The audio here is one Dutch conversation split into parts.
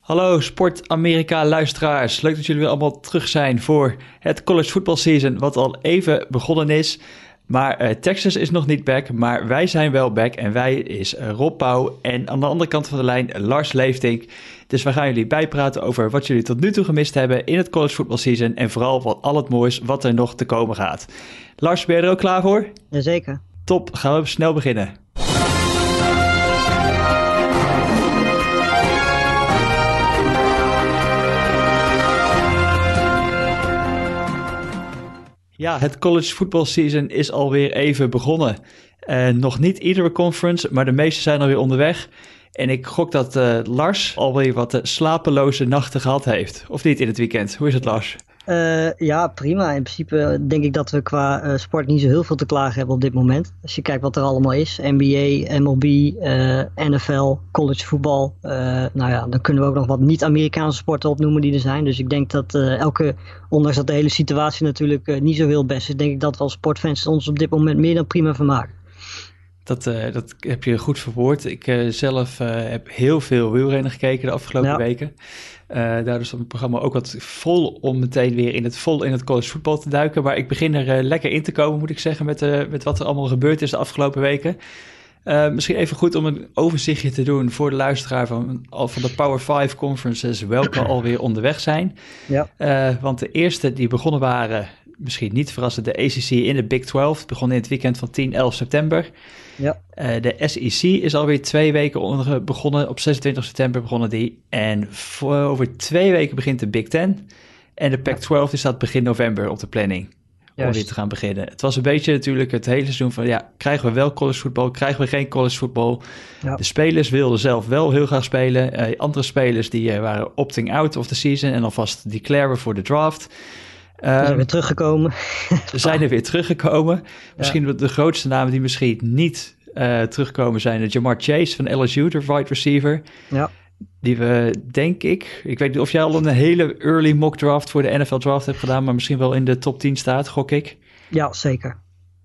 Hallo Sport Amerika luisteraars, leuk dat jullie weer allemaal terug zijn voor het college football season wat al even begonnen is. Maar Texas is nog niet back, maar wij zijn wel back en wij is Rob Pauw en aan de andere kant van de lijn Lars Leeftink. Dus we gaan jullie bijpraten over wat jullie tot nu toe gemist hebben in het college football season en vooral wat al het moois wat er nog te komen gaat. Lars, ben je er ook klaar voor? Jazeker. Top, gaan we snel beginnen. Ja, het college football season is alweer even begonnen. Nog niet iedere conference, maar de meeste zijn alweer onderweg. En ik gok dat Lars alweer wat slapeloze nachten gehad heeft. Of niet in het weekend? Hoe is het, Lars? Ja, prima. In principe denk ik dat we qua sport niet zo heel veel te klagen hebben op dit moment. Als je kijkt wat er allemaal is. NBA, MLB, NFL, college voetbal. Dan kunnen we ook nog wat niet-Amerikaanse sporten opnoemen die er zijn. Dus ik denk dat ondanks dat de hele situatie natuurlijk niet zo heel best is, denk ik dat we als sportfans ons op dit moment meer dan prima vermaken. Dat heb je goed verwoord. Ik zelf heb heel veel wielrennen gekeken de afgelopen weken. Daardoor is het programma ook wat vol om meteen weer in het college voetbal te duiken. Maar ik begin er lekker in te komen, moet ik zeggen, met wat er allemaal gebeurd is de afgelopen weken. Misschien even goed om een overzichtje te doen voor de luisteraar van de Power 5 conferences, welke alweer onderweg zijn. Ja. Want de eerste die begonnen waren, misschien niet verrassend, de ACC in de Big 12. Begon in het weekend van 10-11 september. Ja. De SEC is alweer 2 weken begonnen. Op 26 september begonnen die. En over 2 weken begint de Big 10. En de Pac-12 die staat begin november op de planning. Om weer te gaan beginnen. Het was een beetje natuurlijk het hele seizoen van, krijgen we wel college voetbal? Krijgen we geen college voetbal? Ja. De spelers wilden zelf wel heel graag spelen. Andere spelers die waren opting out of the season en alvast declaren voor de draft. We zijn weer teruggekomen. We zijn er weer teruggekomen. Misschien de grootste namen die misschien niet terugkomen zijn de Jamar Chase van LSU, de wide receiver. Ja. Die we, denk ik weet niet of jij al een hele early mock draft voor de NFL draft hebt gedaan, maar misschien wel in de top 10 staat, gok ik. Ja, zeker.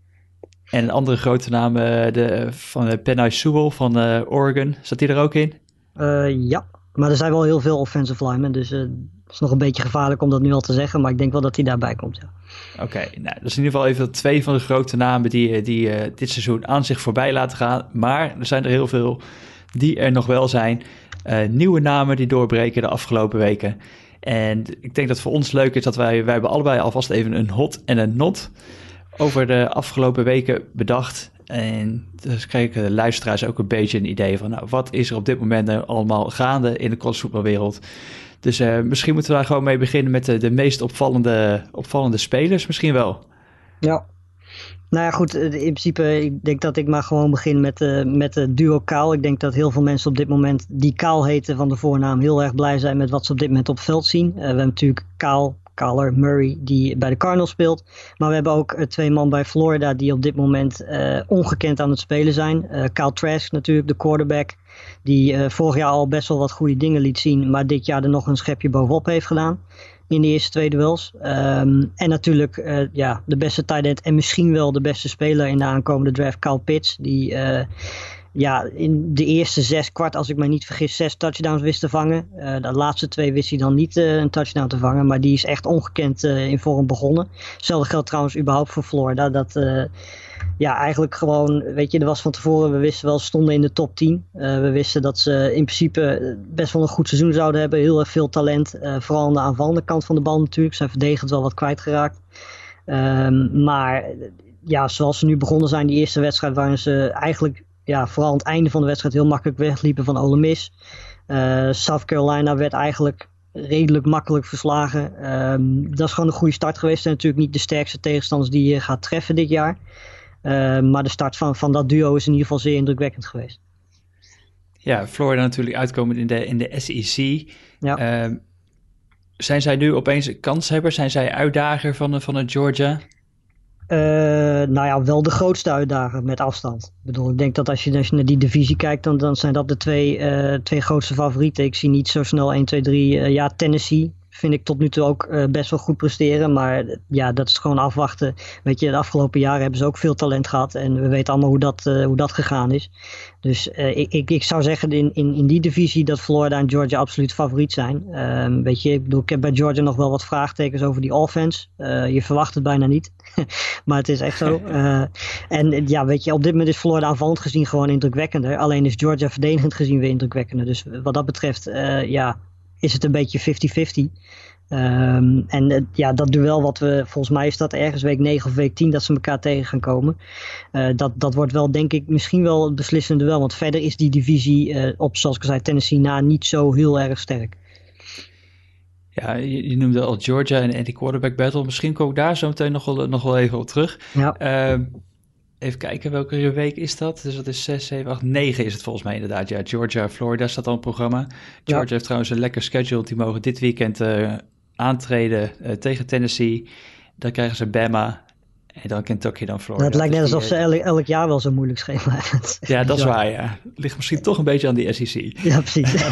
En een andere grote naam van Penei Sewell van Oregon. Zat die er ook in? Ja, maar er zijn wel heel veel offensive linemen, dus het is nog een beetje gevaarlijk om dat nu al te zeggen, maar ik denk wel dat hij daarbij komt, ja. Oké, nou, dat is in ieder geval even 2 van de grote namen die dit seizoen aan zich voorbij laten gaan. Maar er zijn er heel veel die er nog wel zijn. Nieuwe namen die doorbreken de afgelopen weken. En ik denk dat voor ons leuk is dat wij hebben allebei alvast even een hot en een not over de afgelopen weken bedacht. En dus krijgen de luisteraars ook een beetje een idee van, wat is er op dit moment allemaal gaande in de collegevoetbalwereld. Dus misschien moeten we daar gewoon mee beginnen met de meest opvallende spelers misschien wel. Ja. Nou ja, goed, in principe, ik denk dat ik maar gewoon begin met de duo Kaal. Ik denk dat heel veel mensen op dit moment die Kaal heten van de voornaam heel erg blij zijn met wat ze op dit moment op het veld zien. We hebben natuurlijk Kyler Murray die bij de Cardinals speelt. Maar we hebben ook 2 man bij Florida die op dit moment ongekend aan het spelen zijn. Kyle Trask natuurlijk, de quarterback. Die vorig jaar al best wel wat goede dingen liet zien. Maar dit jaar er nog een schepje bovenop heeft gedaan. In de eerste 2 duels. En natuurlijk de beste tight end en misschien wel de beste speler in de aankomende draft, Kyle Pitts. Die in de eerste 6 kwart, als ik mij niet vergis, 6 touchdowns wist te vangen. De laatste 2 wist hij dan niet een touchdown te vangen. Maar die is echt ongekend in vorm begonnen. Hetzelfde geldt trouwens überhaupt voor Florida. Dat eigenlijk gewoon, weet je, er was van tevoren, we wisten wel, ze stonden in de top 10. We wisten dat ze in principe best wel een goed seizoen zouden hebben. Heel erg veel talent. Vooral aan de aanvallende kant van de bal natuurlijk. Ze zijn verdedigend wel wat kwijtgeraakt. Maar zoals ze nu begonnen zijn, die eerste wedstrijd, waarin ze eigenlijk vooral aan het einde van de wedstrijd heel makkelijk wegliepen van Ole Miss. South Carolina werd eigenlijk redelijk makkelijk verslagen. Dat is gewoon een goede start geweest. En natuurlijk niet de sterkste tegenstanders die je gaat treffen dit jaar. Maar de start van dat duo is in ieder geval zeer indrukwekkend geweest. Ja, Florida natuurlijk uitkomend in de SEC. Ja. Zijn zij nu opeens kanshebber? Zijn zij uitdager van het Georgia? Wel de grootste uitdager met afstand. Ik bedoel, ik denk dat als je naar die divisie kijkt, dan zijn dat de twee grootste favorieten. Ik zie niet zo snel 1, 2, 3. Tennessee vind ik tot nu toe ook best wel goed presteren. Maar ja, dat is gewoon afwachten. Weet je, de afgelopen jaren hebben ze ook veel talent gehad. En we weten allemaal hoe dat gegaan is. Dus ik zou zeggen in die divisie dat Florida en Georgia absoluut favoriet zijn. Weet je, ik heb bij Georgia nog wel wat vraagtekens over die offense. Je verwacht het bijna niet. Maar het is echt zo. En ja, weet je, op dit moment is Florida aanvallend gezien gewoon indrukwekkender. Alleen is Georgia verdedigend gezien weer indrukwekkender. Dus wat dat betreft, is het een beetje 50-50. En dat duel wat we, volgens mij is dat ergens week 9 of week 10 dat ze elkaar tegen gaan komen. Dat wordt wel, denk ik, misschien wel het beslissende duel. Want verder is die divisie op, zoals ik zei, Tennessee na niet zo heel erg sterk. Ja, je noemde al Georgia en die quarterback battle. Misschien kom ik daar zo meteen nog wel even op terug. Ja. Even kijken, welke week is dat? Dus dat is 6, 7, 8, 9 is het volgens mij inderdaad. Ja, Georgia, Florida staat al een programma. Georgia heeft trouwens een lekker schedule. Die mogen dit weekend aantreden tegen Tennessee. Dan krijgen ze Bama. En dan Kentucky, dan Florida. Het lijkt net alsof ze elk jaar wel zo'n moeilijk schema hebben. Ja, dat is waar, ja. Ligt misschien toch een beetje aan die SEC. Ja, precies.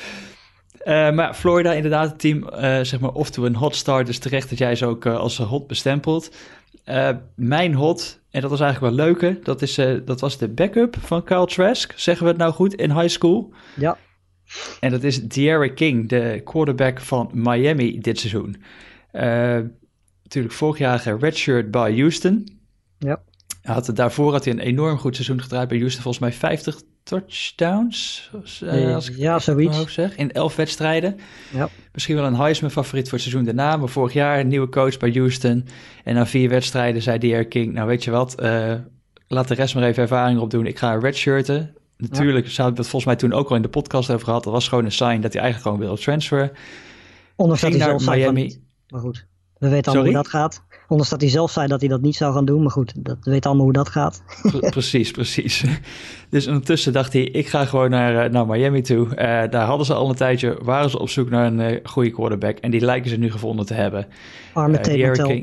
Maar Florida inderdaad, het team, zeg maar, off to een hot start. Dus terecht dat jij ze ook als hot bestempelt. Mijn hot, en dat was eigenlijk wel leuke, dat was de backup van Kyle Trask. Zeggen we het nou goed, in high school? Ja. En dat is D'Eriq King, de quarterback van Miami dit seizoen. Natuurlijk vorig jaar redshirt bij Houston. Ja. Daarvoor had hij een enorm goed seizoen gedraaid bij Houston. Volgens mij 50 touchdowns, als ik zoiets. Mijn hoofd zeg, in 11 wedstrijden. Ja. Misschien wel een Heisman favoriet voor het seizoen daarna. Maar vorig jaar een nieuwe coach bij Houston. En na 4 wedstrijden zei D'Eriq King, nou weet je wat, laat de rest maar even ervaring opdoen. Ik ga redshirten. Natuurlijk, ze hadden het volgens mij toen ook al in de podcast over gehad. Dat was gewoon een sign dat hij eigenlijk gewoon wilde transferen. Ondanks dat hij zelf zei Miami. Maar goed, we weten allemaal hoe dat gaat. Ondanks dat hij zelf zei dat hij dat niet zou gaan doen. Maar goed, we weten allemaal hoe dat gaat. Precies. Dus ondertussen dacht hij, ik ga gewoon naar Miami toe. Daar hadden ze al een tijdje, waren ze op zoek naar een goede quarterback. En die lijken ze nu gevonden te hebben. Arme Tate.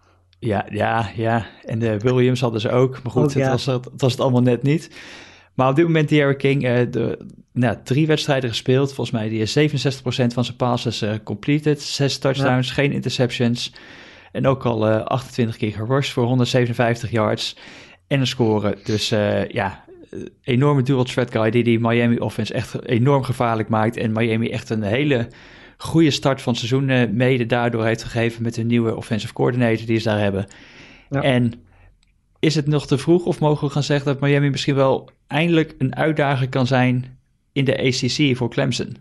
Ja. En de Williams hadden ze ook. Maar goed, het was het allemaal net niet. Maar op dit moment D'Eriq King, 3 wedstrijden gespeeld. Volgens mij die is 67% van zijn passes completed. 6 touchdowns, geen interceptions. En ook al 28 keer gerushed voor 157 yards en een score. Dus enorme dual threat guy die Miami offense echt enorm gevaarlijk maakt. En Miami echt een hele goede start van het seizoen mede daardoor heeft gegeven met hun nieuwe offensive coordinator die ze daar hebben. Ja. En is het nog te vroeg of mogen we gaan zeggen dat Miami misschien wel eindelijk een uitdager kan zijn in de ACC voor Clemson?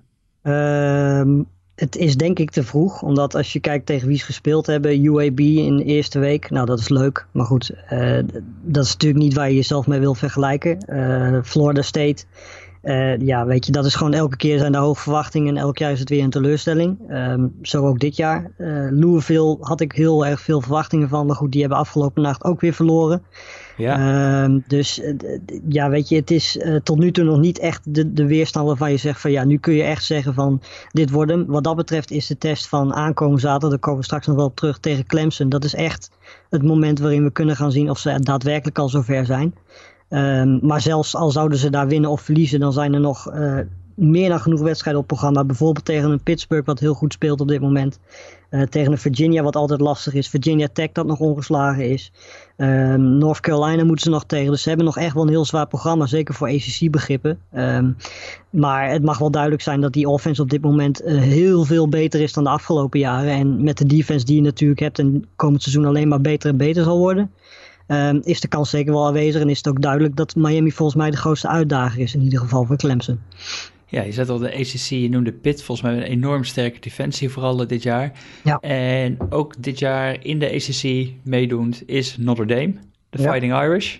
Het is denk ik te vroeg, omdat als je kijkt tegen wie ze gespeeld hebben, UAB in de eerste week, nou dat is leuk, maar goed, dat is natuurlijk niet waar je jezelf mee wil vergelijken. Florida State, weet je, dat is gewoon elke keer zijn de hoge verwachtingen en elk jaar is het weer een teleurstelling. Zo ook dit jaar. Louisville had ik heel erg veel verwachtingen van, maar goed, die hebben afgelopen nacht ook weer verloren. Ja. Weet je, het is tot nu toe nog niet echt de weerstand waarvan je zegt van ja, nu kun je echt zeggen van dit wordt hem. Wat dat betreft is de test van aankomende zaterdag, daar komen we straks nog wel op terug, tegen Clemson. Dat is echt het moment waarin we kunnen gaan zien of ze daadwerkelijk al zover zijn. Maar zelfs al zouden ze daar winnen of verliezen, dan zijn er nog meer dan genoeg wedstrijden op het programma. Bijvoorbeeld tegen een Pittsburgh wat heel goed speelt op dit moment. Tegen een Virginia wat altijd lastig is. Virginia Tech dat nog ongeslagen is. North Carolina moeten ze nog tegen. Dus ze hebben nog echt wel een heel zwaar programma. Zeker voor ACC begrippen. Maar het mag wel duidelijk zijn dat die offense op dit moment heel veel beter is dan de afgelopen jaren. En met de defense die je natuurlijk hebt en komend seizoen alleen maar beter en beter zal worden. Is de kans zeker wel aanwezig en is het ook duidelijk dat Miami volgens mij de grootste uitdager is in ieder geval voor Clemson. Ja, je zet al de ACC, je noemde Pitt, volgens mij een enorm sterke defensie vooral dit jaar. Ja. En ook dit jaar in de ACC meedoend is Notre Dame, de Fighting Irish.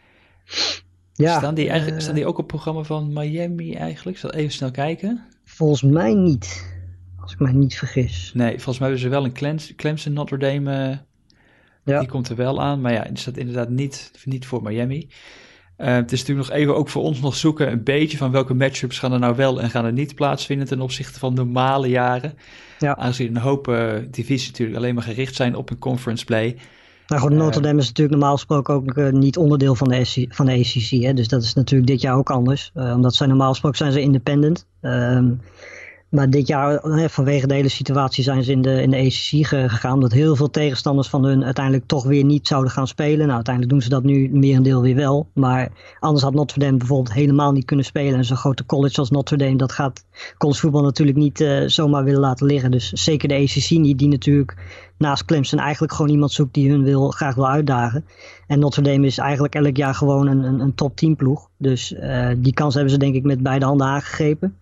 Ja. Staan die ook op het programma van Miami eigenlijk? Ik zal even snel kijken. Volgens mij niet, als ik mij niet vergis. Nee, volgens mij hebben ze wel een Clemson Notre Dame. Die komt er wel aan, maar ja, die staat inderdaad niet voor Miami. Het is natuurlijk nog even ook voor ons nog zoeken een beetje van welke matchups gaan er nou wel en gaan er niet plaatsvinden ten opzichte van normale jaren. Ja. Aangezien een hoop divisies natuurlijk alleen maar gericht zijn op een conference play. Nou goed, Notre Dame is natuurlijk normaal gesproken ook niet onderdeel van de ACC. Hè? Dus dat is natuurlijk dit jaar ook anders. Omdat zij normaal gesproken zijn ze independent. Maar dit jaar, vanwege de hele situatie, zijn ze in de ACC gegaan. Omdat heel veel tegenstanders van hun uiteindelijk toch weer niet zouden gaan spelen. Nou, uiteindelijk doen ze dat nu merendeel weer wel. Maar anders had Notre Dame bijvoorbeeld helemaal niet kunnen spelen. En zo'n grote college als Notre Dame, dat gaat collegevoetbal natuurlijk niet zomaar willen laten liggen. Dus zeker de ACC niet, die natuurlijk naast Clemson eigenlijk gewoon iemand zoekt die hun graag wil uitdagen. En Notre Dame is eigenlijk elk jaar gewoon een top 10 ploeg. Dus die kans hebben ze denk ik met beide handen aangegrepen.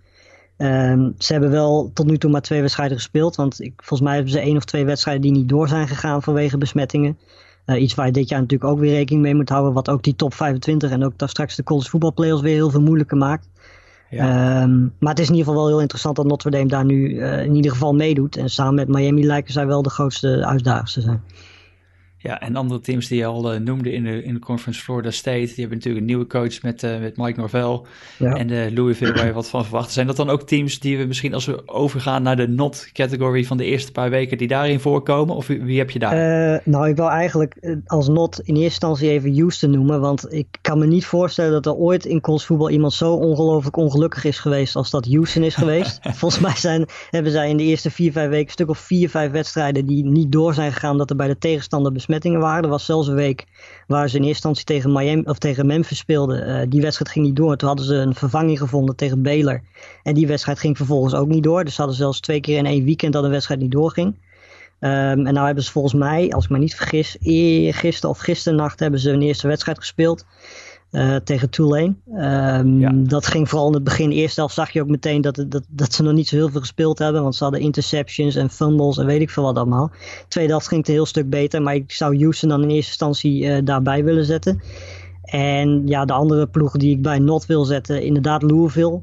Ze hebben wel tot nu toe maar 2 wedstrijden gespeeld. Want volgens mij hebben ze 1 of 2 wedstrijden die niet door zijn gegaan vanwege besmettingen. Iets waar je dit jaar natuurlijk ook weer rekening mee moet houden. Wat ook die top 25 en ook daar straks de college voetbal playoffs weer heel veel moeilijker maakt. Ja. Maar het is in ieder geval wel heel interessant dat Notre Dame daar nu in ieder geval meedoet. En samen met Miami lijken zij wel de grootste uitdagers te zijn. Ja, en andere teams die je al noemde in de Conference Florida State, die hebben natuurlijk een nieuwe coach met Mike Norvell en Louisville waar je wat van verwacht. Zijn dat dan ook teams die we misschien als we overgaan naar de not-category van de eerste paar weken die daarin voorkomen? Of wie heb je daar? Nou, ik wil eigenlijk als not in eerste instantie even Houston noemen, want ik kan me niet voorstellen dat er ooit in college voetbal iemand zo ongelooflijk ongelukkig is geweest als dat Houston is geweest. Volgens mij hebben zij in de eerste 4-5 weken een stuk of 4-5 wedstrijden die niet door zijn gegaan dat er bij de tegenstander besmettingen waren. Er was zelfs een week waar ze in eerste instantie tegen Miami of tegen Memphis speelden. Die wedstrijd ging niet door. Toen hadden ze een vervanging gevonden tegen Baylor. En die wedstrijd ging vervolgens ook niet door. Dus ze hadden zelfs 2 keer in 1 weekend dat een wedstrijd niet doorging. En nou hebben ze volgens mij, als ik me niet vergis, gisteren of gisternacht hebben ze een eerste wedstrijd gespeeld. Tegen Tulane. Dat ging vooral in het begin. Eerst zelf zag je ook meteen dat ze nog niet zo heel veel gespeeld hebben. Want ze hadden interceptions en fumbles en weet ik veel wat allemaal. Tweede helft ging het een heel stuk beter. Maar ik zou Houston dan in eerste instantie daarbij willen zetten. En ja, de andere ploeg die ik bij Not wil zetten, inderdaad Louisville.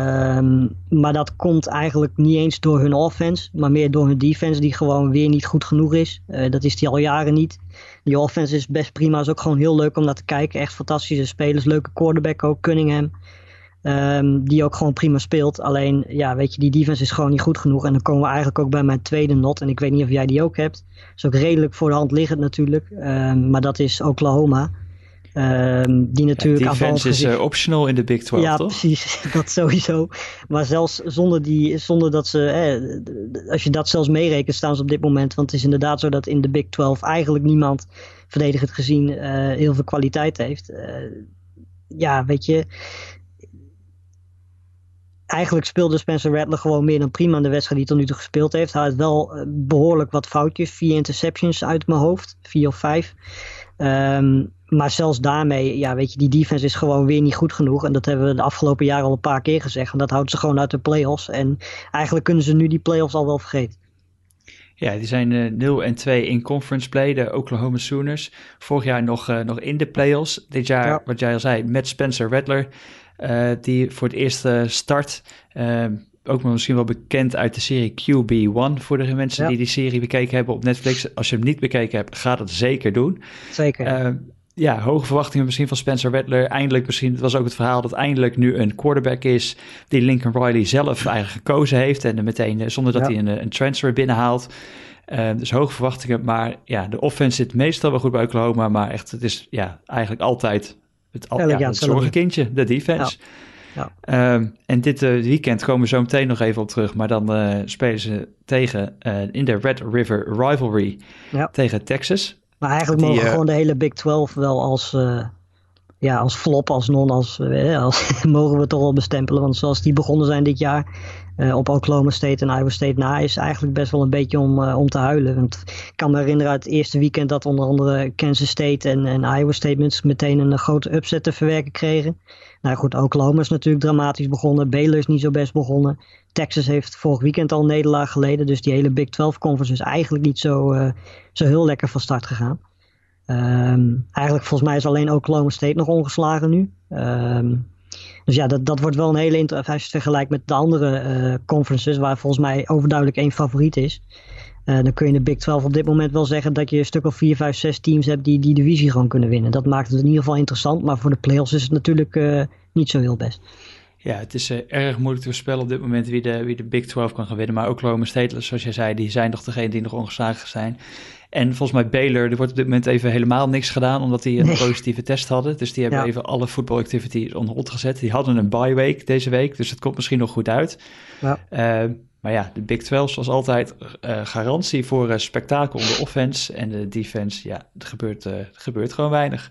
Maar dat komt eigenlijk niet eens door hun offense, maar meer door hun defense die gewoon weer niet goed genoeg is. Dat is die al jaren niet. Die offense is best prima, is ook gewoon heel leuk om naar te kijken. Echt fantastische spelers, leuke quarterback ook, Cunningham. Die ook gewoon prima speelt. Alleen, ja, weet je, die defense is gewoon niet goed genoeg. En dan komen we eigenlijk ook bij mijn tweede not. En ik weet niet of jij die ook hebt. Is ook redelijk voor de hand liggend natuurlijk. Maar dat is Oklahoma. Die natuurlijk defense is optional in de Big 12, ja, toch? Precies, dat sowieso. Maar zelfs zonder dat ze, als je dat zelfs meerekent, staan ze op dit moment. Want het is inderdaad zo dat in de Big 12 eigenlijk niemand, verdedigend gezien, heel veel kwaliteit heeft. Ja, weet je, eigenlijk speelde Spencer Rattler gewoon meer dan prima in de wedstrijd die hij tot nu toe gespeeld heeft. Hij had wel behoorlijk wat foutjes, 4 interceptions uit mijn hoofd, 4 of 5. Maar zelfs daarmee, ja, weet je, die defense is gewoon weer niet goed genoeg. En dat hebben we de afgelopen jaren al een paar keer gezegd. En dat houdt ze gewoon uit de playoffs. En eigenlijk kunnen ze nu die playoffs al wel vergeten. Ja, die zijn 0-2 in conference play, de Oklahoma Sooners. Vorig jaar nog in de playoffs. Dit jaar, wat jij al zei, met Spencer Rattler. Die voor het eerst start. Ook misschien wel bekend uit de serie QB1 voor de mensen die serie bekeken hebben op Netflix. Als je hem niet bekeken hebt, ga dat zeker doen. Zeker. Ja, hoge verwachtingen misschien van Spencer Rattler. Eindelijk misschien, het was ook het verhaal dat eindelijk nu een quarterback is die Lincoln Riley zelf eigenlijk gekozen heeft. En meteen zonder dat hij een transfer binnenhaalt. Dus hoge verwachtingen. Maar ja, de offense zit meestal wel goed bij Oklahoma. Maar echt, het is eigenlijk altijd het zorgenkindje, de defense. Ja. En dit weekend komen we zo meteen nog even op terug. Maar dan spelen ze tegen in de Red River Rivalry tegen Texas. Maar eigenlijk mogen we gewoon de hele Big 12 wel als flop, als mogen we het toch wel bestempelen. Want zoals die begonnen zijn dit jaar op Oklahoma State en Iowa State na, is eigenlijk best wel een beetje om te huilen. Want ik kan me herinneren uit het eerste weekend dat onder andere Kansas State en Iowa State meteen een grote upset te verwerken kregen. Nou goed, Oklahoma is natuurlijk dramatisch begonnen. Baylor is niet zo best begonnen. Texas heeft vorig weekend al een nederlaag geleden. Dus die hele Big 12 conference is eigenlijk niet zo heel lekker van start gegaan. Eigenlijk volgens mij is alleen Oklahoma State nog ongeslagen nu. Dus ja, dat wordt wel een hele als je het vergelijkt met de andere conferences, waar volgens mij overduidelijk 1 favoriet is. Dan kun je in de Big 12 op dit moment wel zeggen dat je een stuk of 4, 5, 6 teams hebt die divisie gewoon kunnen winnen. Dat maakt het in ieder geval interessant, maar voor de playoffs is het natuurlijk niet zo heel best. Ja, het is erg moeilijk te voorspellen op dit moment wie de Big 12 kan gaan winnen. Maar Oklahoma State, zoals jij zei, die zijn nog degene die nog ongeslagen zijn. En volgens mij Baylor, er wordt op dit moment even helemaal niks gedaan, omdat die een positieve test hadden. Dus die hebben even alle voetbalactivities on hold gezet. Die hadden een bye week deze week, dus het komt misschien nog goed uit. Ja. Maar ja, de Big 12 zoals altijd garantie voor spektakel om de offense en de defense. Ja, er gebeurt gewoon weinig.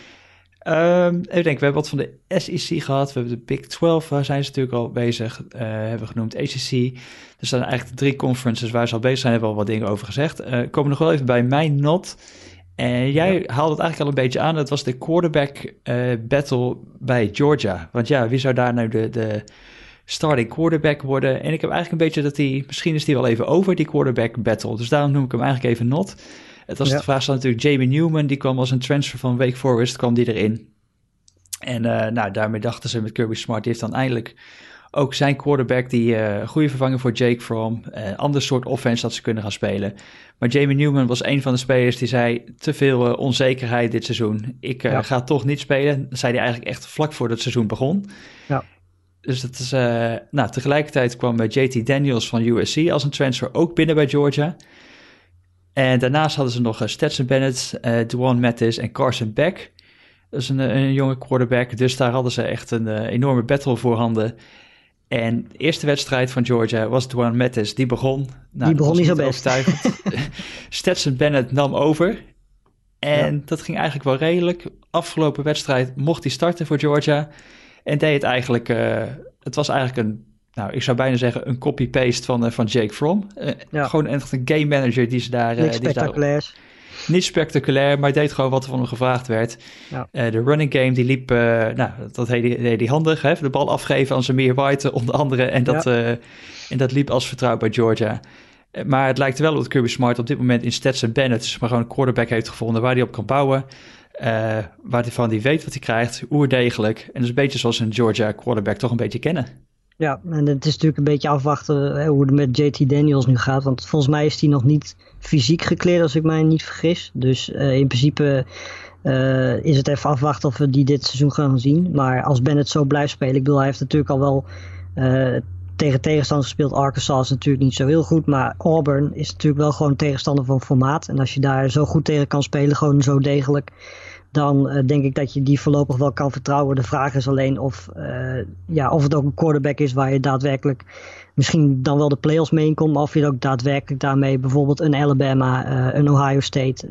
Even denken, we hebben wat van de SEC gehad. We hebben de Big 12, waar zijn ze natuurlijk al bezig. Hebben we genoemd ACC. Er zijn eigenlijk de 3 conferences waar ze al bezig zijn. Hebben we al wat dingen over gezegd. Komen nog wel even bij mijn not. En jij haalde het eigenlijk al een beetje aan. Dat was de quarterback battle bij Georgia. Want ja, wie zou daar nou de starting quarterback worden? En ik heb eigenlijk een beetje misschien is die wel even over, die quarterback battle. Dus daarom noem ik hem eigenlijk even not. Het was de vraag staat natuurlijk Jamie Newman, die kwam als een transfer van Wake Forest, kwam die erin. En daarmee dachten ze met Kirby Smart, die heeft dan eindelijk ook zijn quarterback, die goede vervanger voor Jake Fromm, ander soort offense dat ze kunnen gaan spelen. Maar Jamie Newman was een van de spelers die zei, te veel onzekerheid dit seizoen. Ik ga toch niet spelen. Dat zei hij eigenlijk echt vlak voor het seizoen begon. Ja. Dus dat is, tegelijkertijd kwam JT Daniels van USC als een transfer ook binnen bij Georgia. En daarnaast hadden ze nog Stetson Bennett, Dwan Mathis en Carson Beck. Dat is een jonge quarterback. Dus daar hadden ze echt een enorme battle voorhanden. En de eerste wedstrijd van Georgia was Dwan Mathis. Die begon. Die begon niet zo best. Stetson Bennett nam over. En dat ging eigenlijk wel redelijk. Afgelopen wedstrijd mocht hij starten voor Georgia. En deed het eigenlijk... het was eigenlijk ik zou bijna zeggen een copy-paste van Jake Fromm. Gewoon echt een game manager die ze daar... Niks spectaculairs. Niet spectaculair, maar deed gewoon wat er van hem gevraagd werd. Ja. De running game, die liep... dat deed hij handig. Hè? De bal afgeven aan Zamir White, onder andere. En dat liep als vertrouwd bij Georgia. Maar het lijkt er wel op dat Kirby Smart op dit moment in Stetson Bennett... maar gewoon een quarterback heeft gevonden waar hij op kan bouwen. Waarvan hij weet wat hij krijgt. Oerdegelijk. En dat is een beetje zoals een Georgia quarterback toch een beetje kennen. Ja, en het is natuurlijk een beetje afwachten hoe het met JT Daniels nu gaat. Want volgens mij is hij nog niet fysiek gekleerd, als ik mij niet vergis. Dus in principe is het even afwachten of we die dit seizoen gaan zien. Maar als Bennett zo blijft spelen, ik bedoel, hij heeft natuurlijk al wel tegen tegenstanders gespeeld. Arkansas is natuurlijk niet zo heel goed, maar Auburn is natuurlijk wel gewoon tegenstander van formaat. En als je daar zo goed tegen kan spelen, gewoon zo degelijk... dan denk ik dat je die voorlopig wel kan vertrouwen. De vraag is alleen of het ook een quarterback is waar je daadwerkelijk misschien dan wel de playoffs mee in komt, maar of je ook daadwerkelijk daarmee bijvoorbeeld een Alabama, een Ohio State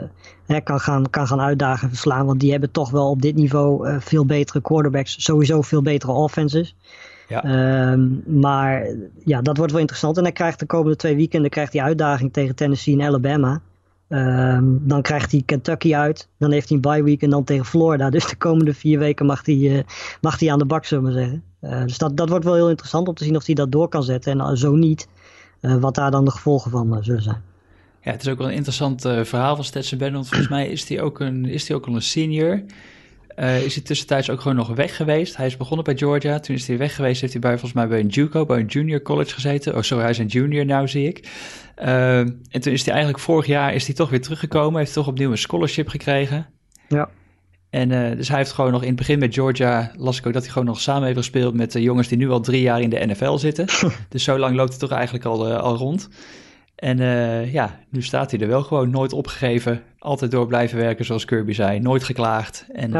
kan gaan uitdagen en verslaan. Want die hebben toch wel op dit niveau veel betere quarterbacks, sowieso veel betere offenses. Ja. Maar ja, dat wordt wel interessant. En hij krijgt de komende 2 weekenden die uitdaging tegen Tennessee en Alabama. Dan krijgt hij Kentucky uit. Dan heeft hij een bye week en dan tegen Florida. Dus de komende 4 weken mag hij aan de bak, zullen we maar zeggen. Dus dat wordt wel heel interessant om te zien of hij dat door kan zetten. En zo niet, wat daar dan de gevolgen van zullen zijn. Ja, het is ook wel een interessant verhaal van Stetson Bennett. Volgens mij is hij ook al een senior. Is hij tussentijds ook gewoon nog weg geweest. Hij is begonnen bij Georgia. Toen is hij weg geweest. Heeft hij volgens mij bij een JUCO, bij een junior college gezeten. Oh, sorry, hij is een junior nou, zie ik. En toen is hij eigenlijk vorig jaar toch weer teruggekomen. Heeft toch opnieuw een scholarship gekregen. Ja. En dus hij heeft gewoon nog in het begin met Georgia, las ik ook dat hij gewoon nog samen heeft gespeeld met de jongens die nu al 3 jaar in de NFL zitten. Dus zo lang loopt het toch eigenlijk al rond. En nu staat hij er wel gewoon, nooit opgegeven, altijd door blijven werken zoals Kirby zei, nooit geklaagd. En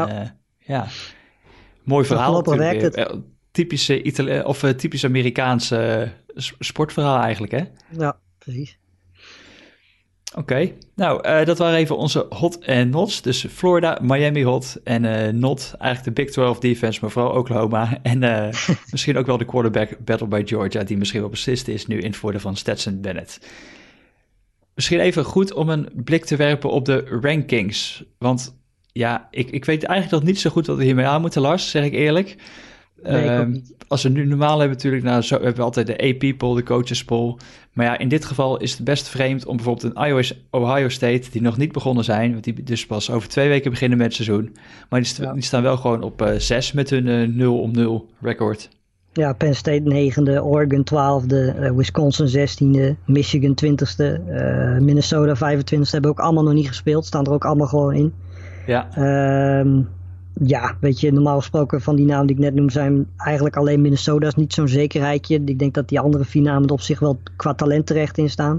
mooi verhaal natuurlijk. Typisch Amerikaanse sportverhaal eigenlijk, hè? Ja, precies. Oké, dat waren even onze hot en nots. Dus Florida, Miami hot en not, eigenlijk de Big 12 defense, maar vooral Oklahoma. En misschien ook wel de quarterback battle bij Georgia, die misschien wel beslist is nu in het voordeel van Stetson Bennett. Misschien even goed om een blik te werpen op de rankings. Want ja, ik weet eigenlijk nog niet zo goed wat we hiermee aan moeten, Lars, zeg ik eerlijk. Als we nu normaal hebben natuurlijk, zo hebben we altijd de AP poll, de coaches poll. Maar ja, in dit geval is het best vreemd om bijvoorbeeld een Ohio State, die nog niet begonnen zijn, want die dus pas over 2 weken beginnen met het seizoen. Maar die staan wel gewoon op 6 met hun 0-0 record. Ja, Penn State 9e, Oregon 12e, Wisconsin 16e, Michigan 20e, Minnesota 25e. Hebben ook allemaal nog niet gespeeld, staan er ook allemaal gewoon in. Ja. Ja, weet je, normaal gesproken van die namen die ik net noem zijn eigenlijk alleen Minnesota is niet zo'n zekerheidje. Ik denk dat die andere vier namen er op zich wel qua talent terecht in staan.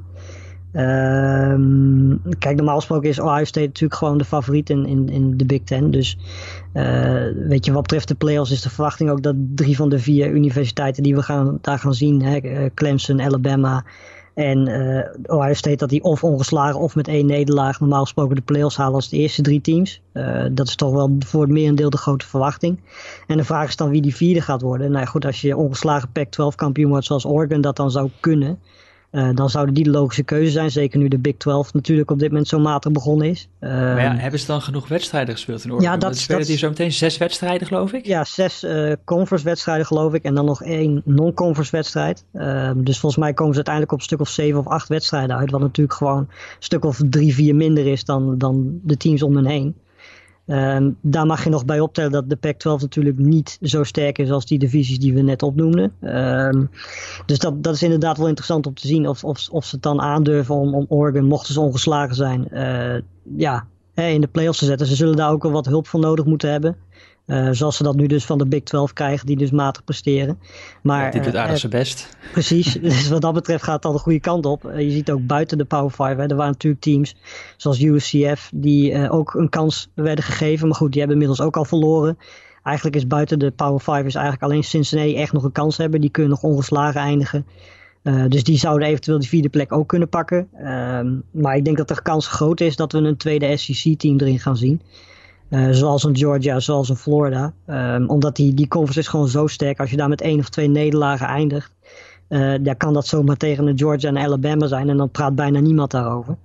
Kijk, normaal gesproken is Ohio State natuurlijk gewoon de favoriet in de Big Ten. Dus weet je, wat betreft de playoffs is de verwachting ook dat 3 van de 4 universiteiten die we daar gaan zien, Clemson, Alabama en Ohio State, dat die of ongeslagen of met 1 nederlaag normaal gesproken de playoffs halen als de eerste 3 teams. Dat is toch wel voor het merendeel de grote verwachting. En de vraag is dan wie die vierde gaat worden. Nou ja, goed, als je ongeslagen Pac-12 kampioen wordt zoals Oregon dat dan zou kunnen, dan zouden die de logische keuze zijn. Zeker nu de Big 12 natuurlijk op dit moment zo matig begonnen is. Maar ja, hebben ze dan genoeg wedstrijden gespeeld in Oregon? Ja, dat spelen die zo meteen 6 wedstrijden, geloof ik? Ja, 6 conference wedstrijden, geloof ik. En dan nog 1 non-conference wedstrijd. Dus volgens mij komen ze uiteindelijk op een stuk of 7 of 8 wedstrijden uit. Wat natuurlijk gewoon een stuk of 3, 4 minder is dan de teams om hen heen. Daar mag je nog bij optellen dat de Pac-12 natuurlijk niet zo sterk is als die divisies die we net opnoemden. Dus dat is inderdaad wel interessant om te zien of ze het dan aandurven om Oregon, mochten ze ongeslagen zijn, in de playoffs te zetten. Ze zullen daar ook wel wat hulp voor nodig moeten hebben. Zoals ze dat nu dus van de Big 12 krijgen, die dus matig presteren. Maar, die doet aardig zijn best. Precies, dus wat dat betreft gaat het al de goede kant op. Je ziet ook buiten de Power 5, er waren natuurlijk teams zoals USCF die ook een kans werden gegeven. Maar goed, die hebben inmiddels ook al verloren. Eigenlijk is buiten de Power 5 is eigenlijk alleen Cincinnati echt nog een kans hebben. Die kunnen nog ongeslagen eindigen. Dus die zouden eventueel die vierde plek ook kunnen pakken. Maar ik denk dat de kans groot is dat we een tweede SEC-team erin gaan zien. Zoals een Georgia, zoals een Florida. Omdat die conference is gewoon zo sterk. Als je daar met 1 of 2 nederlagen eindigt, dan kan dat zomaar tegen een Georgia en Alabama zijn. En dan praat bijna niemand daarover.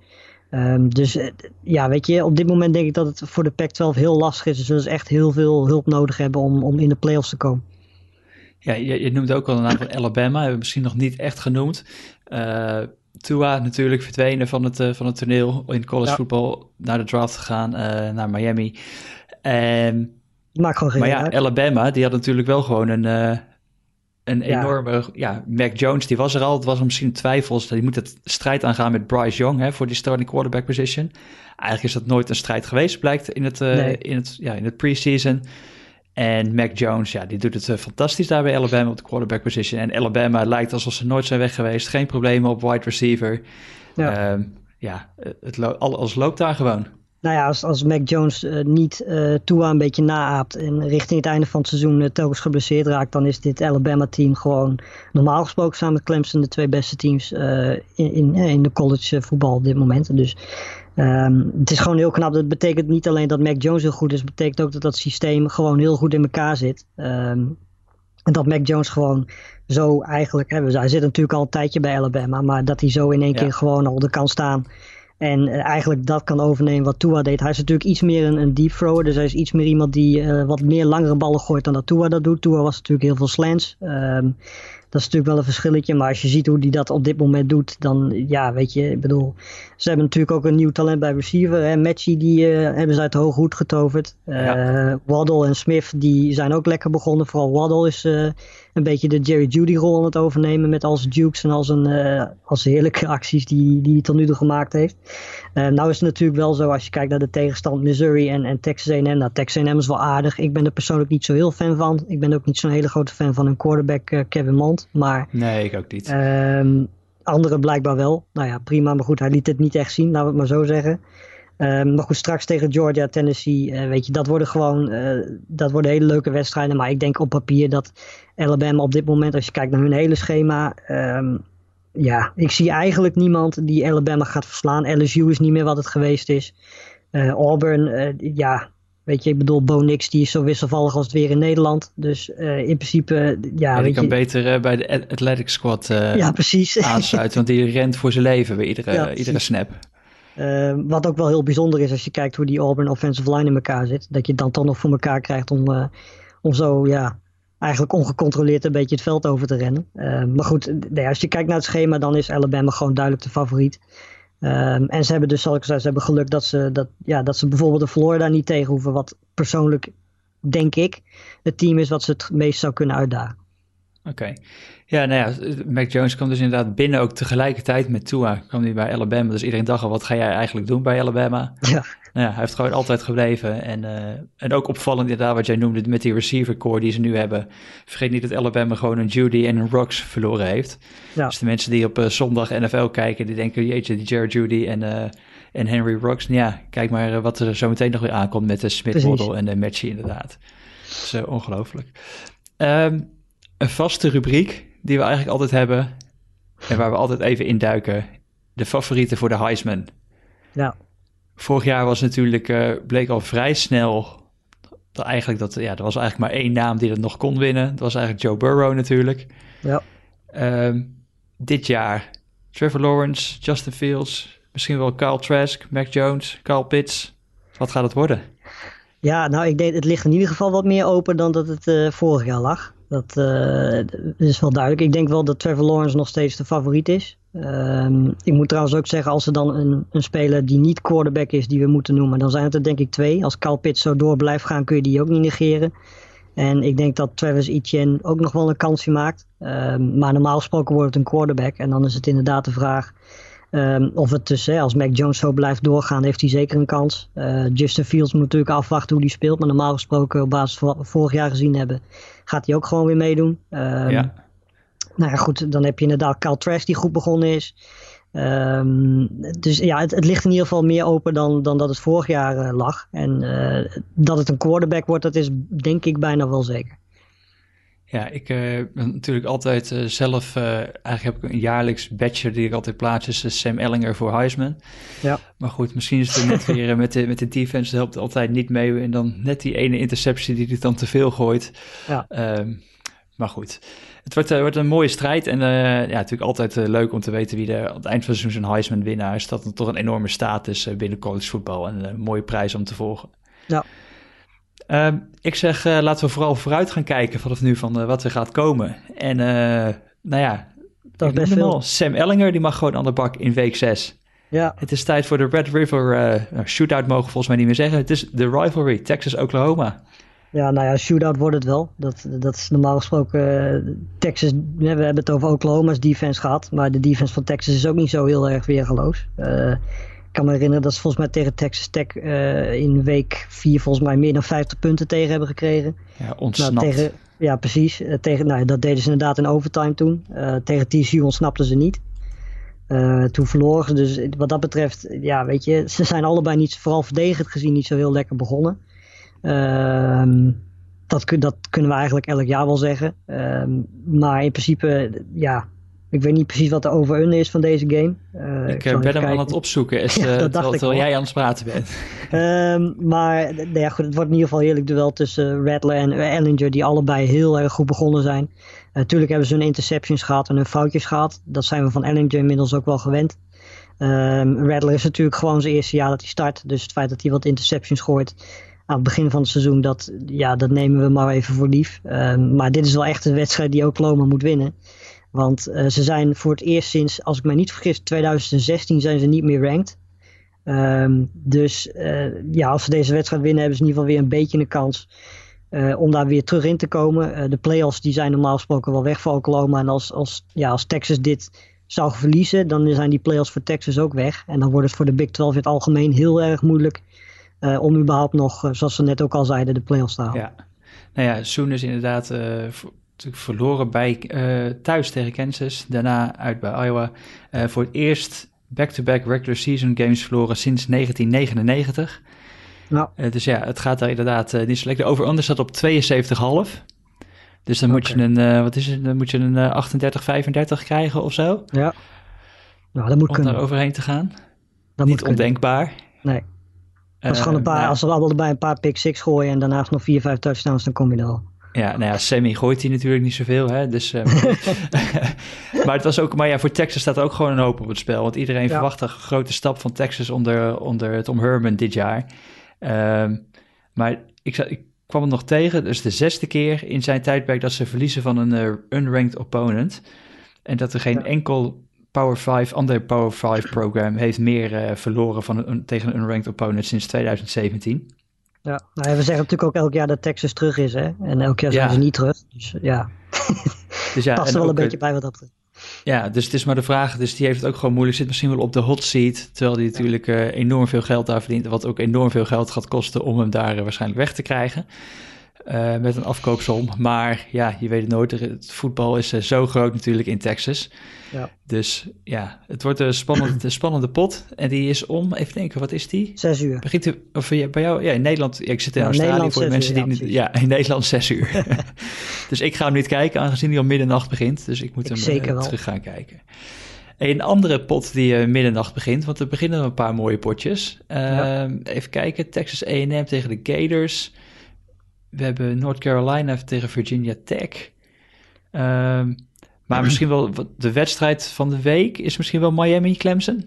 Weet je, op dit moment denk ik dat het voor de Pac-12 heel lastig is. Ze zullen echt heel veel hulp nodig hebben om in de playoffs te komen. Ja, je noemt ook al de naam van Alabama. Hebben we misschien nog niet echt genoemd. Tua natuurlijk verdwenen van het toneel in college voetbal, naar de draft gegaan, naar Miami. Maakt gewoon geen uit. Alabama, die had natuurlijk wel gewoon een enorme... Ja, Mac Jones, die was er al. Het was misschien twijfels. Die moet het strijd aangaan met Bryce Young voor die starting quarterback position. Eigenlijk is dat nooit een strijd geweest, blijkt in het preseason. En Mac Jones, die doet het fantastisch daar bij Alabama op de quarterback position. En Alabama lijkt alsof ze nooit zijn weg geweest. Geen problemen op wide receiver. Alles loopt daar gewoon. Nou ja, als Mac Jones niet Tua een beetje naaapt en richting het einde van het seizoen telkens geblesseerd raakt, dan is dit Alabama-team gewoon normaal gesproken samen met Clemson de 2 beste teams in de college voetbal op dit moment. Dus het is gewoon heel knap. Dat betekent niet alleen dat Mac Jones heel goed is, het betekent ook dat dat systeem gewoon heel goed in elkaar zit. En dat Mac Jones gewoon zo eigenlijk, hij zit natuurlijk al een tijdje bij Alabama, maar dat hij zo in één keer gewoon al er kan staan. En eigenlijk dat kan overnemen wat Tua deed. Hij is natuurlijk iets meer een deep thrower. Dus hij is iets meer iemand die wat meer langere ballen gooit dan dat Tua dat doet. Tua was natuurlijk heel veel slants. Dat is natuurlijk wel een verschilletje. Maar als je ziet hoe hij dat op dit moment doet, dan weet je, ik bedoel, ze hebben natuurlijk ook een nieuw talent bij receiver. Matchy, die hebben ze uit de hoge hoed getoverd. Waddle en Smith, die zijn ook lekker begonnen. Vooral Waddle is een beetje de Jerry Jeudy rol aan het overnemen met al zijn jukes en al zijn heerlijke acties die hij tot nu toe gemaakt heeft. Nou is het natuurlijk wel zo, als je kijkt naar de tegenstand Missouri en Texas A&M. Nou, Texas A&M is wel aardig. Ik ben er persoonlijk niet zo heel fan van. Ik ben ook niet zo'n hele grote fan van hun quarterback Kevin Mond. Maar, nee, ik ook niet. Anderen blijkbaar wel. Nou ja, prima. Maar goed, hij liet het niet echt zien, laten we het maar zo zeggen. Maar goed, straks tegen Georgia, Tennessee, weet je, dat worden hele leuke wedstrijden. Maar ik denk op papier dat Alabama op dit moment, als je kijkt naar hun hele schema, ik zie eigenlijk niemand die Alabama gaat verslaan. LSU is niet meer wat het geweest is. Auburn, weet je, ik bedoel, Bo Nix, die is zo wisselvallig als het weer in Nederland. Dus in principe, die kan beter bij de Athletic Squad precies. aansluiten, want die rent voor zijn leven bij iedere snap. Wat ook wel heel bijzonder is als je kijkt hoe die Auburn offensive line in elkaar zit. Dat je het dan toch nog voor elkaar krijgt om zo, eigenlijk ongecontroleerd een beetje het veld over te rennen. Maar goed, als je kijkt naar het schema, dan is Alabama gewoon duidelijk de favoriet. En ze hebben dus, zoals ik zei, ze hebben geluk dat ze bijvoorbeeld de Florida niet tegen hoeven. Wat persoonlijk, denk ik, het team is wat ze het meest zou kunnen uitdagen. Oké. Ja, nou ja, Mac Jones kwam dus inderdaad binnen ook tegelijkertijd met Tua. Kwam hij bij Alabama, dus iedereen dacht al, wat ga jij eigenlijk doen bij Alabama? Ja. Nou ja, hij heeft gewoon altijd gebleven. En ook opvallend inderdaad wat jij noemde met die receiver core die ze nu hebben. Vergeet niet dat Alabama gewoon een Judy en een Ruggs verloren heeft. Ja. Dus de mensen die op zondag NFL kijken, die denken, jeetje, die Jared Judy en Henry Ruggs. Nou ja, kijk maar wat er zo meteen nog weer aankomt met de Smith-model en de Matchy inderdaad. Dat is ongelooflijk. Een vaste rubriek die we eigenlijk altijd hebben en waar we altijd even induiken. De favorieten voor de Heisman. Ja. Vorig jaar was natuurlijk, bleek al vrij snel er was eigenlijk maar één naam die dat nog kon winnen. Dat was eigenlijk Joe Burrow natuurlijk. Ja. Dit jaar Trevor Lawrence, Justin Fields, misschien wel Kyle Trask, Mac Jones, Kyle Pitts. Wat gaat het worden? Ja, nou ik denk het ligt in ieder geval wat meer open dan dat het vorig jaar lag. Dat is wel duidelijk. Ik denk wel dat Trevor Lawrence nog steeds de favoriet is. Ik moet trouwens ook zeggen, als er dan een speler die niet quarterback is, die we moeten noemen, dan zijn het er denk ik 2. Als Kyle Pitts zo door blijft gaan, kun je die ook niet negeren. En ik denk dat Travis Etienne ook nog wel een kansje maakt. Maar normaal gesproken wordt het een quarterback. En dan is het inderdaad de vraag of het dus, als Mac Jones zo blijft doorgaan, heeft hij zeker een kans. Justin Fields moet natuurlijk afwachten hoe hij speelt. Maar normaal gesproken, op basis van wat we vorig jaar gezien hebben, gaat hij ook gewoon weer meedoen. Ja. Nou ja, goed, dan heb je inderdaad Kyle Trask die goed begonnen is. Dus ja, het ligt in ieder geval meer open dan dat het vorig jaar lag. En dat het een quarterback wordt, dat is denk ik bijna wel zeker. Ja, ik ben natuurlijk altijd zelf, eigenlijk heb ik een jaarlijks badge die ik altijd plaats, is Sam Ehlinger voor Heisman. Ja. Maar goed, misschien is het net weer met de defense, dat helpt altijd niet mee. En dan net die ene interceptie die hij dan te veel gooit. Ja. Maar goed, het wordt een mooie strijd. En natuurlijk altijd leuk om te weten wie aan het eind van het seizoen zijn Heisman winnaar is. Dat toch een enorme status binnen collegevoetbal en een mooie prijs om te volgen. Ja. Ik zeg, laten we vooral vooruit gaan kijken vanaf nu van wat er gaat komen. En dat is best veel. Sam Ehlinger, die mag gewoon aan de bak in week 6. Ja. Het is tijd voor de Red River shootout, mogen we volgens mij niet meer zeggen. Het is de rivalry, Texas-Oklahoma. Ja, nou ja, shootout wordt het wel. Dat is normaal gesproken Texas. We hebben het over Oklahoma's defense gehad. Maar de defense van Texas is ook niet zo heel erg weergeloos. Ik kan me herinneren dat ze volgens mij tegen Texas Tech in week 4 volgens mij meer dan 50 punten tegen hebben gekregen. Ja, ontsnapt. Ja, precies. Dat deden ze inderdaad in overtime toen. Tegen TCU ontsnapten ze niet. Toen verloren ze. Dus wat dat betreft, ja, weet je, ze zijn allebei niet, vooral verdedigend gezien, niet zo heel lekker begonnen. Dat kunnen we eigenlijk elk jaar wel zeggen. Maar in principe, ja, ik weet niet precies wat de over-under is van deze game. Ik ben hem aan het opzoeken, terwijl jij aan het praten bent. Maar ja, goed, het wordt in ieder geval een heerlijk duel tussen Rattler en Ehlinger, die allebei heel erg goed begonnen zijn. Natuurlijk hebben ze hun interceptions gehad en hun foutjes gehad. Dat zijn we van Ehlinger inmiddels ook wel gewend. Rattler is natuurlijk gewoon zijn eerste jaar dat hij start. Dus het feit dat hij wat interceptions gooit aan het begin van het seizoen, dat nemen we maar even voor lief. Maar dit is wel echt een wedstrijd die Oklahoma moet winnen. Want ze zijn voor het eerst sinds, als ik me niet vergis, 2016 zijn ze niet meer ranked. Dus als ze deze wedstrijd winnen, hebben ze in ieder geval weer een beetje een kans om daar weer terug in te komen. De playoffs die zijn normaal gesproken wel weg voor Oklahoma. En als Texas dit zou verliezen, dan zijn die playoffs voor Texas ook weg. En dan wordt het voor de Big 12 in het algemeen heel erg moeilijk om überhaupt nog, zoals we net ook al zeiden, de playoffs te halen. Ja, nou ja, Soon is inderdaad verloren bij thuis tegen Kansas, daarna uit bij Iowa. Voor het eerst back-to-back regular season games verloren sinds 1999. Nou. Dus ja, het gaat daar inderdaad niet zo lekker. De over-under staat op 72,5. Dus dan moet je dan moet je een 38-35 krijgen of zo. Ja, nou, dat moet om kunnen. daar overheen te gaan. Dat niet ondenkbaar. Nee. Als ze gewoon als we allebei een paar pick-six gooien en daarnaast nog 4-5 touchdowns, dan kom je er al. Ja, nou ja, Sammy gooit hij natuurlijk niet zoveel, hè. Dus, maar het was ook, voor Texas staat er ook gewoon een hoop op het spel. Want iedereen verwacht een grote stap van Texas onder Tom Herman dit jaar. Maar ik kwam het nog tegen, dus de 6e keer in zijn tijdperk dat ze verliezen van een unranked opponent. En dat er geen enkel ander Power 5 program heeft meer verloren tegen een unranked opponent sinds 2017. Ja, we zeggen natuurlijk ook elk jaar dat Texas terug is, hè? En elk jaar zijn ze niet terug. Dus ja. Dus ja, past er wel een beetje bij wat dat betreft. Ja, dus het is maar de vraag. Dus die heeft het ook gewoon moeilijk. Zit misschien wel op de hot seat. Terwijl die natuurlijk enorm veel geld daar verdient. Wat ook enorm veel geld gaat kosten om hem daar waarschijnlijk weg te krijgen. Met een afkoopsom. Maar ja, je weet het nooit. Het voetbal is zo groot natuurlijk in Texas. Ja. Dus ja, het wordt een spannende pot. En die is om, even denken, wat is die? 6 uur. Begint u, of bij jou? Ja, in Nederland. Ja, ik zit in Australië voor de mensen die... Ja, in Nederland 6 uur. Dus ik ga hem niet kijken, aangezien hij om middernacht begint. Dus ik moet hem terug gaan kijken. Een andere pot die middernacht begint, want er beginnen een paar mooie potjes. Even kijken, Texas A&M tegen de Gators. We hebben North Carolina tegen Virginia Tech. Maar misschien wel de wedstrijd van de week is misschien wel Miami-Clemson?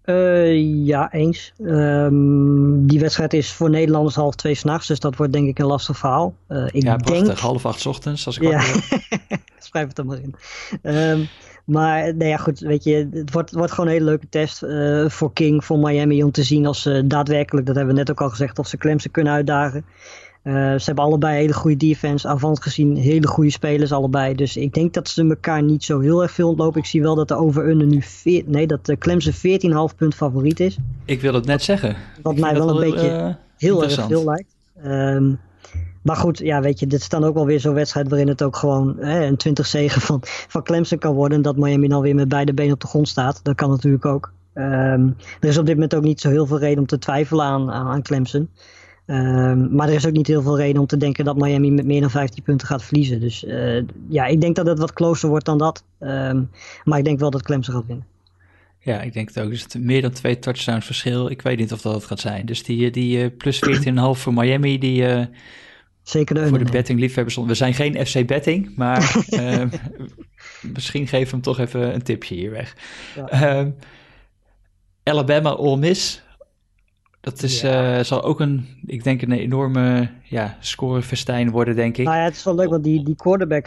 Ja, eens. Die wedstrijd is voor Nederlanders 2:30 s'nachts, dus dat wordt denk ik een lastig verhaal. Prachtig. 7:30 ochtends, als ik wakker ben. Schrijf het er maar in. Maar nou ja, goed, weet je, het wordt gewoon een hele leuke test voor King, voor Miami, om te zien of ze daadwerkelijk, dat hebben we net ook al gezegd, of ze Clemson kunnen uitdagen. Ze hebben allebei hele goede defense, avant gezien, hele goede spelers allebei. Dus ik denk dat ze elkaar niet zo heel erg veel ontlopen. Ik zie wel dat de over-under nu dat Clemson 14,5 punt favoriet is. Ik wil het net zeggen. Wat mij wel een beetje heel erg veel lijkt. Maar goed, ja, weet je, dit is dan ook wel weer zo'n wedstrijd waarin het ook gewoon een 20-zege van Clemson kan worden. En dat Miami dan weer met beide benen op de grond staat. Dat kan natuurlijk ook. Er is op dit moment ook niet zo heel veel reden om te twijfelen aan Clemson. Maar er is ook niet heel veel reden om te denken dat Miami met meer dan 15 punten gaat verliezen. Dus ja, ik denk dat het wat closer wordt dan dat. Maar ik denk wel dat Clemson gaat winnen. Ja, ik denk het ook. Dus het meer dan 2 touchdowns verschil. Ik weet niet of dat het gaat zijn. Dus die plus 14,5 voor Miami, die zeker voor de bettingliefhebbers. We zijn geen FC Betting, maar misschien geven we hem toch even een tipje hier weg. Ja. Alabama Ole Miss. Dat is, zal ook een enorme scorefestijn worden, denk ik. Nou ja, het is wel leuk, want die quarterback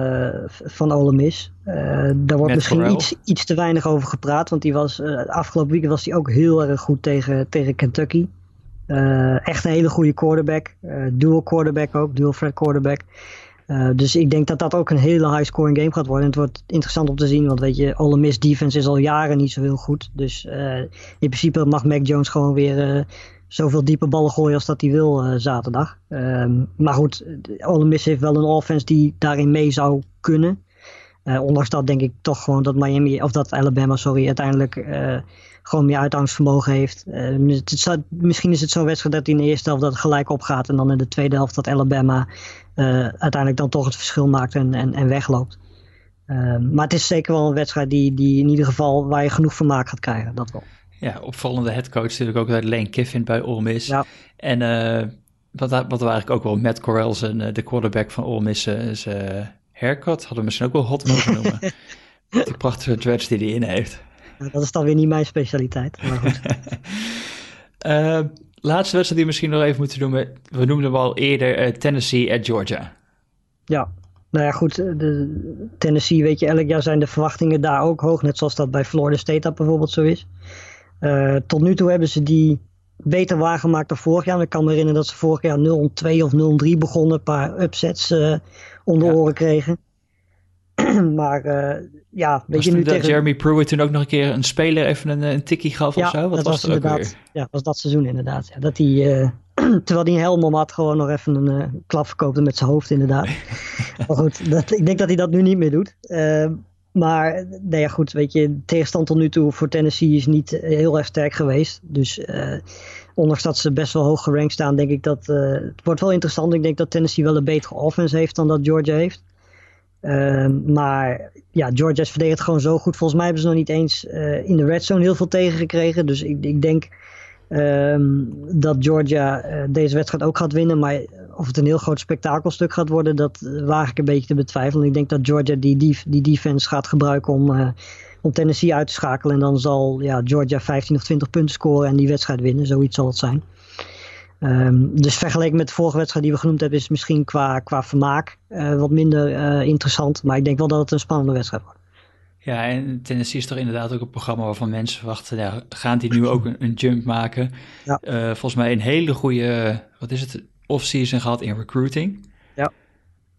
van Ole Miss, daar wordt misschien iets te weinig over gepraat. Want die was, afgelopen weekend was hij ook heel erg goed tegen Kentucky. Echt een hele goede quarterback. Dual quarterback ook, dual threat quarterback. Dus ik denk dat dat ook een hele high-scoring game gaat worden. En het wordt interessant om te zien, want weet je, Ole Miss defense is al jaren niet zo heel goed. Dus in principe mag Mac Jones gewoon weer zoveel diepe ballen gooien als dat hij wil zaterdag. Maar goed, Ole Miss heeft wel een offense die daarin mee zou kunnen. Ondanks dat denk ik toch gewoon dat Alabama uiteindelijk gewoon meer uithoudingsvermogen heeft. Misschien is het zo'n wedstrijd dat hij in de eerste helft dat gelijk opgaat en dan in de tweede helft dat Alabama uiteindelijk dan toch het verschil maakt en wegloopt. Maar het is zeker wel een wedstrijd die in ieder geval waar je genoeg vermaak gaat krijgen, dat wel. Ja, opvallende headcoach natuurlijk ook Lane Kiffin bij Ole Miss. Ja. En wat we eigenlijk ook wel Matt Corral, de quarterback van Ole Miss, haircut hadden we misschien ook wel hot mogen noemen. Die prachtige dreads die hij in heeft. Nou, dat is dan weer niet mijn specialiteit. Maar goed. Laatste wedstrijd die we misschien nog even moeten noemen. We noemden hem al eerder Tennessee at Georgia. Ja, nou ja goed. De Tennessee, weet je, elk jaar zijn de verwachtingen daar ook hoog. Net zoals dat bij Florida State dat bijvoorbeeld zo is. Tot nu toe hebben ze die beter waargemaakt dan vorig jaar. Ik kan me herinneren dat ze vorig jaar 0-2 of 0-3 begonnen. Een paar upsets onder oren kregen. Maar weet je nu tegen... Jeremy Pruitt toen ook nog een keer een speler even een tikkie gaf of zo? Wat was het ook weer? Ja, was dat seizoen inderdaad. Ja, dat hij, terwijl hij een helm om had, gewoon nog even een klap verkoopte met zijn hoofd inderdaad. Maar goed, ik denk dat hij dat nu niet meer doet. Maar nee, ja, goed, weet je, de tegenstand tot nu toe voor Tennessee is niet heel erg sterk geweest. Dus ondanks dat ze best wel hoog gerankt staan, denk ik dat het wordt wel interessant. Ik denk dat Tennessee wel een betere offense heeft dan dat Georgia heeft. Maar ja, Georgia is verdedigd gewoon zo goed. Volgens mij hebben ze nog niet eens in de red zone heel veel tegengekregen. Dus ik denk dat Georgia deze wedstrijd ook gaat winnen. Maar of het een heel groot spektakelstuk gaat worden, dat waag ik een beetje te betwijfelen. Ik denk dat Georgia die defense gaat gebruiken om Tennessee uit te schakelen. En dan zal Georgia 15 of 20 punten scoren en die wedstrijd winnen. Zoiets zal het zijn. Dus vergeleken met de vorige wedstrijd die we genoemd hebben, is het misschien qua vermaak wat minder interessant. Maar ik denk wel dat het een spannende wedstrijd wordt. Ja, en Tennessee is toch inderdaad ook een programma waarvan mensen verwachten, gaan die nu ook een jump maken? Ja. Volgens mij een hele goede, off-season gehad in recruiting. Ja.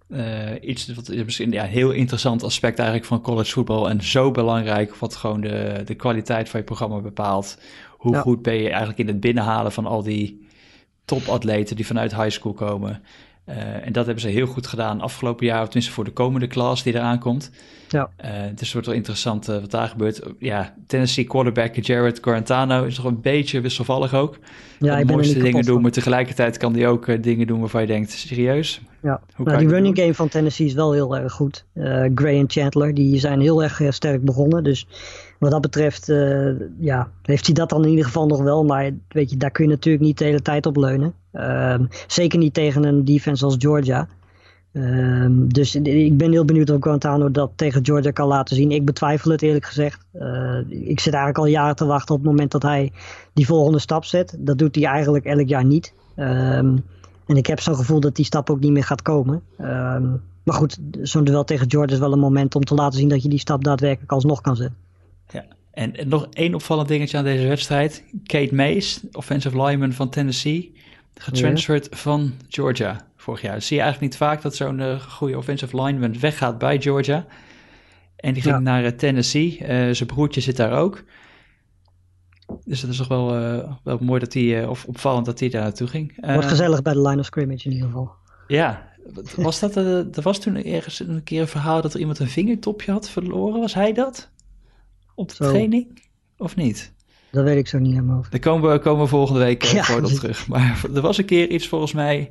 Iets wat is misschien een heel interessant aspect eigenlijk van college voetbal en zo belangrijk, wat gewoon de kwaliteit van je programma bepaalt. Hoe goed ben je eigenlijk in het binnenhalen van al die topatleten die vanuit high school komen. En dat hebben ze heel goed gedaan afgelopen jaar, of tenminste voor de komende klas die eraan komt. Ja. Dus het wordt wel interessant wat daar gebeurt. Ja, Tennessee quarterback Jared Guarantano is nog een beetje wisselvallig ook. Ja, de mooiste dingen doen, maar tegelijkertijd kan hij ook dingen doen waarvan je denkt, serieus? Ja, die running game van Tennessee is wel heel erg goed. Gray en Chandler, die zijn heel erg sterk begonnen. Dus wat dat betreft, heeft hij dat dan in ieder geval nog wel. Maar weet je, daar kun je natuurlijk niet de hele tijd op leunen. Zeker niet tegen een defense als Georgia. Dus ik ben heel benieuwd of Guarantano dat tegen Georgia kan laten zien. Ik betwijfel het eerlijk gezegd. Ik zit eigenlijk al jaren te wachten op het moment dat hij die volgende stap zet. Dat doet hij eigenlijk elk jaar niet. En ik heb zo'n gevoel dat die stap ook niet meer gaat komen. Maar goed, zo'n duel tegen Georgia is wel een moment om te laten zien dat je die stap daadwerkelijk alsnog kan zetten. Ja, en nog één opvallend dingetje aan deze wedstrijd. Kate Mays, offensive lineman van Tennessee, getransferd van Georgia vorig jaar. Dat zie je eigenlijk niet vaak dat zo'n goede offensive lineman weggaat bij Georgia. En die ging naar Tennessee. Zijn broertje zit daar ook. Dus dat is toch wel mooi dat hij, of opvallend dat hij daar naartoe ging. Wordt gezellig bij de line of scrimmage in ieder geval. Ja, was dat, er was toen ergens een keer een verhaal dat er iemand een vingertopje had verloren. Was hij dat? Op de training? Of niet? Dat weet ik zo niet helemaal. Daar komen we volgende week voor op terug. Maar er was een keer iets volgens mij.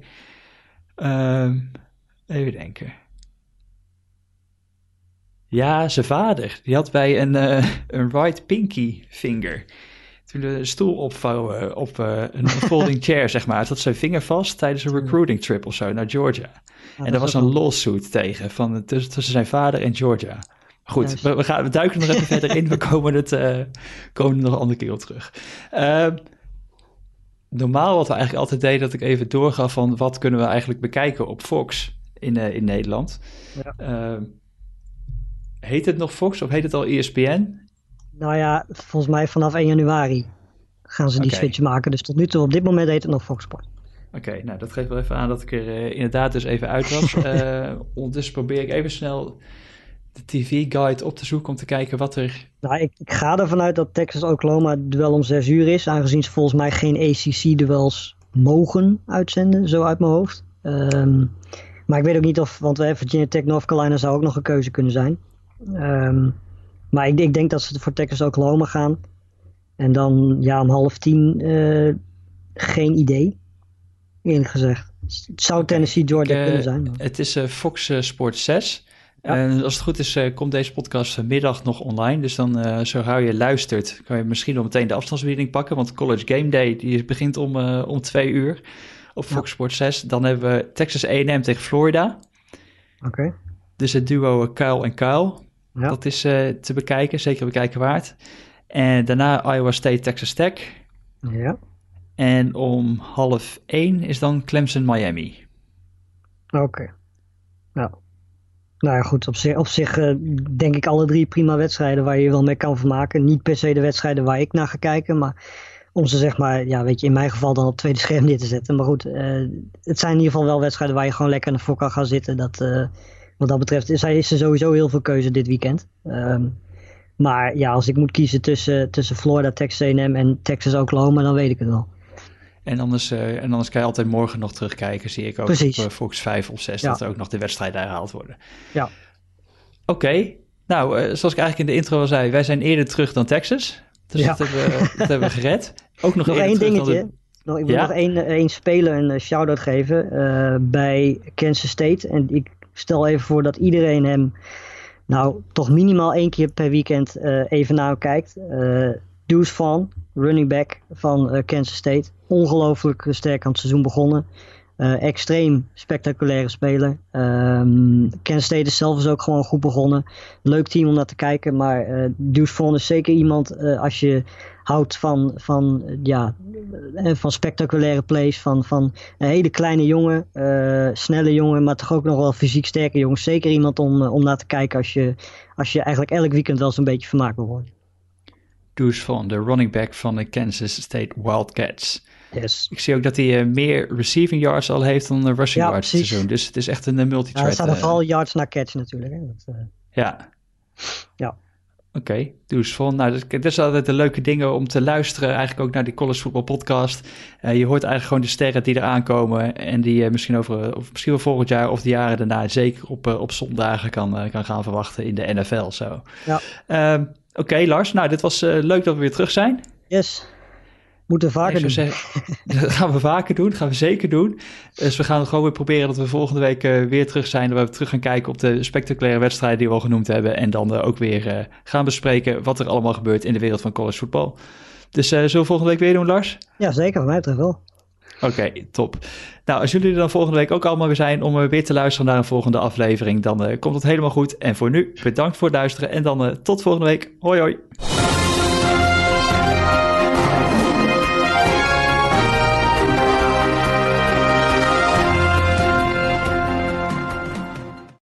Even denken. Ja, zijn vader. Die had bij een right pinky finger. Toen de stoel opvouwen op een folding chair, zeg maar. Zat zijn vinger vast tijdens een recruiting trip of zo naar Georgia. En daar was een lawsuit tegen tussen zijn vader en Georgia. Goed, we duiken er nog even verder in. We komen er nog een andere keer op terug. Normaal wat we eigenlijk altijd deden, dat ik even doorga van wat kunnen we eigenlijk bekijken op Fox in Nederland. Ja. Heet het nog Fox of heet het al ESPN? Nou ja, volgens mij vanaf 1 januari gaan ze die switch maken. Dus tot nu toe, op dit moment heet het nog Fox Sport. Oké, nou dat geeft wel even aan dat ik er inderdaad dus even uit was. Ondertussen probeer ik even snel de TV-guide op te zoeken om te kijken wat er... Nou, ik ga ervan uit dat Texas-Oklahoma het duel om 6 uur is. Aangezien ze volgens mij geen ACC-duels mogen uitzenden, zo uit mijn hoofd. Maar ik weet ook niet of... Want Virginia Tech, North Carolina zou ook nog een keuze kunnen zijn. Maar ik denk dat ze voor Texas-Oklahoma gaan. En dan om 9:30... geen idee. Eerlijk gezegd. Het zou Tennessee-Georgia kunnen zijn. Maar. Het is Fox Sports 6... Ja. En als het goed is, komt deze podcast vanmiddag nog online. Dus dan, zodra je luistert, kan je misschien al meteen de afstandsbediening pakken. Want College Game Day die begint om 2 uur op Fox Sports 6. Dan hebben we Texas A&M tegen Florida. Oké. Dus het duo Kyle en Kyle. Ja. Dat is te bekijken, zeker bekijken waard. En daarna Iowa State, Texas Tech. Ja. En om 12:30 is dan Clemson, Miami. Oké. Nou. Nou ja, goed, op zich denk ik alle 3 prima wedstrijden waar je je wel mee kan vermaken. Niet per se de wedstrijden waar ik naar ga kijken, maar om ze zeg maar, in mijn geval dan op het tweede scherm neer te zetten. Maar goed, het zijn in ieder geval wel wedstrijden waar je gewoon lekker voor kan gaan zitten. Wat dat betreft is er sowieso heel veel keuze dit weekend. Maar ja, als ik moet kiezen tussen Florida, Texas A&M en Texas Oklahoma, dan weet ik het wel. En anders kan je altijd morgen nog terugkijken, zie ik ook. Precies. Op Fox 5 of 6, dat er ook nog de wedstrijden herhaald worden. Ja. Oké. Nou, zoals ik eigenlijk in de intro al zei, wij zijn eerder terug dan Texas. Dus dat hebben we gered. Ook nog één dingetje. Ik wil nog één speler een shout-out geven bij Kansas State. En ik stel even voor dat iedereen hem toch minimaal 1 keer per weekend even naar hem kijkt. Deuce Vaughn, running back van Kansas State. Ongelooflijk sterk aan het seizoen begonnen. Extreem spectaculaire speler. Kansas State is zelfs ook gewoon goed begonnen. Leuk team om naar te kijken. Maar Deuce Vaughn is zeker iemand als je houdt van spectaculaire plays. Van een hele kleine jongen. Snelle jongen. Maar toch ook nog wel fysiek sterke jongen. Zeker iemand om naar te kijken als je eigenlijk elk weekend wel zo'n beetje vermaakt wil worden. Deuce Vaughn, de running back van de Kansas State Wildcats. Yes. Ik zie ook dat hij meer receiving yards al heeft dan rushing yards dit seizoen. Dus het is echt een multi-threat. Ja, er staan vooral yards na catch natuurlijk. Hè? Ja. Oké, Deuce Vaughn. Nou, dat is altijd de leuke dingen om te luisteren. Eigenlijk ook naar die college football podcast. Je hoort eigenlijk gewoon de sterren die eraan komen. En die misschien misschien wel volgend jaar of de jaren daarna zeker op zondagen kan gaan verwachten in de NFL. Zo. Ja. Oké, Lars. Nou, dit was leuk dat we weer terug zijn. Yes. Moeten we vaker doen. Dat gaan we vaker doen, dat gaan we zeker doen. Dus we gaan gewoon weer proberen dat we volgende week weer terug zijn. Dat we terug gaan kijken op de spectaculaire wedstrijden die we al genoemd hebben. En dan ook weer gaan bespreken wat er allemaal gebeurt in de wereld van college voetbal. Dus zullen we volgende week weer doen, Lars? Ja, zeker. Van mij betreft wel. Oké, top. Nou, als jullie er dan volgende week ook allemaal weer zijn om weer te luisteren naar een volgende aflevering, dan komt het helemaal goed. En voor nu, bedankt voor het luisteren en dan tot volgende week. Hoi hoi.